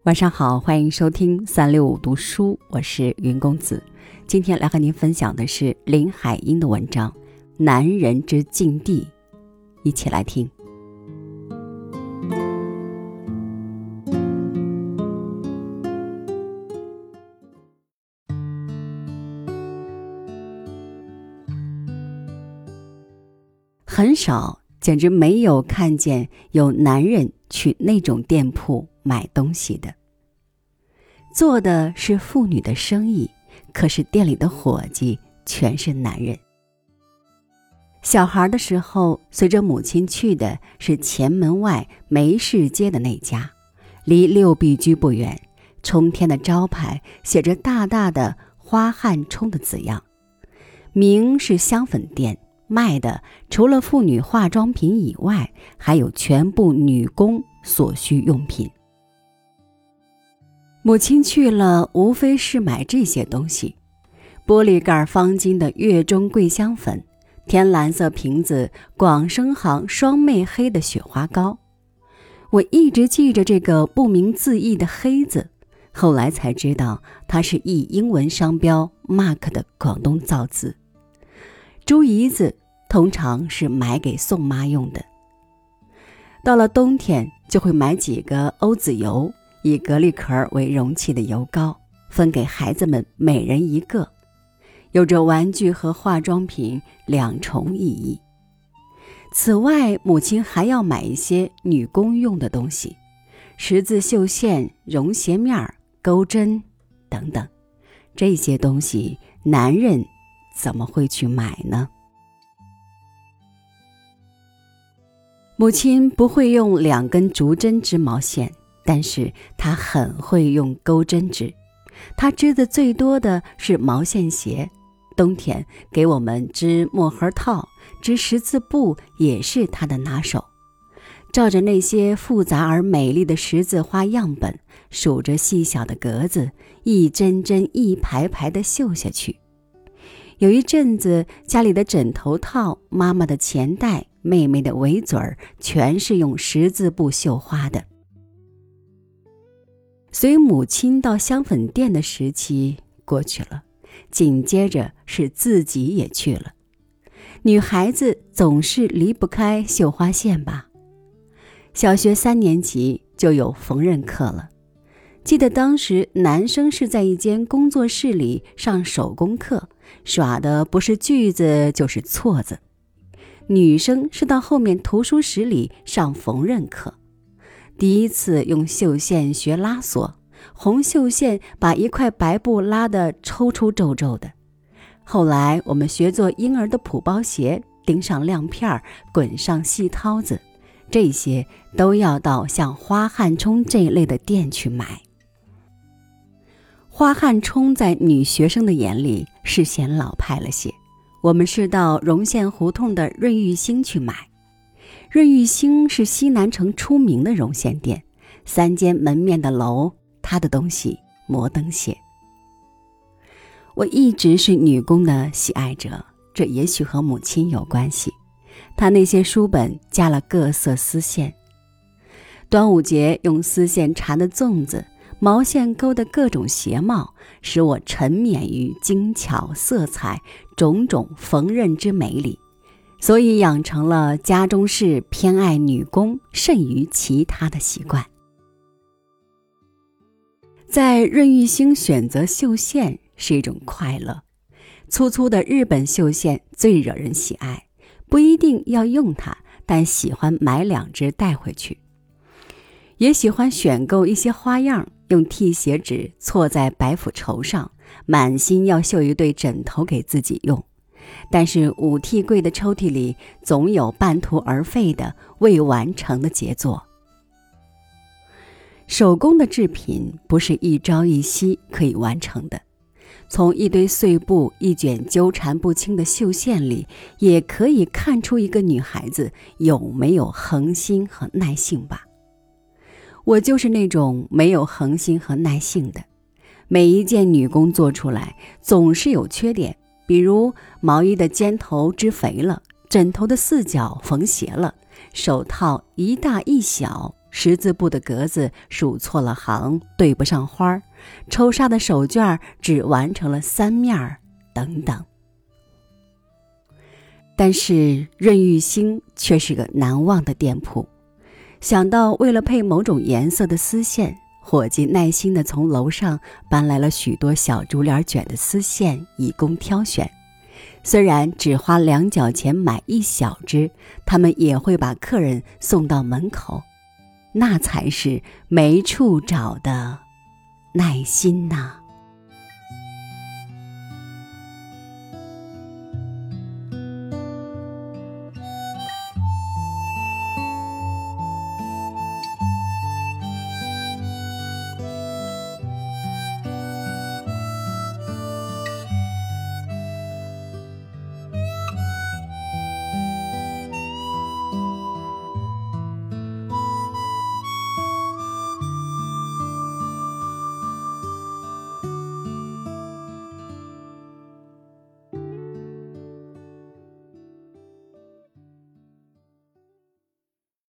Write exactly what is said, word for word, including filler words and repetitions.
晚上好，欢迎收听三六五读书，我是云公子。今天来和您分享的是林海音的文章《男人之境地》，一起来听。很少，简直没有看见有男人去那种店铺买东西的。做的是妇女的生意，可是店里的伙计全是男人。小孩的时候，随着母亲去的是前门外梅市街的那家，离六必居不远，冲天的招牌写着大大的花汉冲的字样，明是香粉店，卖的除了妇女化妆品以外，还有全部女工所需用品。母亲去了，无非是买这些东西：玻璃盖方巾的月中桂香粉，天蓝色瓶子广生行双妹黑的雪花膏。我一直记着这个不明字义的黑字，后来才知道它是译英文商标 Mark 的广东造字。猪胰子通常是买给宋妈用的。到了冬天，就会买几个欧子油，以蛤蜊壳为容器的油膏，分给孩子们每人一个，有着玩具和化妆品两重意义。此外，母亲还要买一些女工用的东西，十字绣线、绒鞋面、钩针等等。这些东西男人怎么会去买呢？母亲不会用两根竹针织毛线，但是她很会用钩针织。她织的最多的是毛线鞋，冬天给我们织墨盒套，织十字布也是她的拿手。照着那些复杂而美丽的十字花样本，数着细小的格子，一针针一排排地绣下去。有一阵子，家里的枕头套、妈妈的钱袋、妹妹的围嘴儿，全是用十字布绣花的。随母亲到香粉店的时期过去了，紧接着是自己也去了。女孩子总是离不开绣花线吧。小学三年级就有缝纫课了。记得当时男生是在一间工作室里上手工课，耍的不是锯子就是锉子。女生是到后面图书室里上缝纫课。第一次用绣线学拉锁，红绣线把一块白布拉得抽抽皱皱的。后来我们学做婴儿的普包鞋，钉上亮片，滚上细绦子，这些都要到像花汉冲这一类的店去买。花汉冲在女学生的眼里是显老派了些，我们是到荣县胡同的润玉兴去买。润玉兴是西南城出名的绒线店，三间门面的楼，它的东西摩登些。我一直是女工的喜爱者，这也许和母亲有关系。她那些书本加了各色丝线，端午节用丝线缠的粽子，毛线钩的各种鞋帽，使我沉湎于精巧色彩种种缝纫之美里，所以养成了家中事偏爱女工甚于其他的习惯。在润玉兴选择绣线是一种快乐，粗粗的日本绣线最惹人喜爱，不一定要用它，但喜欢买两只带回去。也喜欢选购一些花样，用替鞋纸错在白虎绸上，满心要绣一对枕头给自己用。但是五屉柜的抽屉里总有半途而废的未完成的杰作。手工的制品不是一朝一夕可以完成的，从一堆碎布一卷纠缠不清的绣线里，也可以看出一个女孩子有没有恒心和耐性吧。我就是那种没有恒心和耐性的，每一件女工做出来总是有缺点，比如毛衣的肩头织肥了，枕头的四角缝斜了，手套一大一小十字布的格子数错了行，对不上花儿，抽纱的手绢只完成了三面儿，等等。但是润玉兴却是个难忘的店铺，想到为了配某种颜色的丝线，伙计耐心地从楼上搬来了许多小竹帘卷的丝线以供挑选。虽然只花两角钱买一小只，他们也会把客人送到门口，那才是没处找的耐心呐。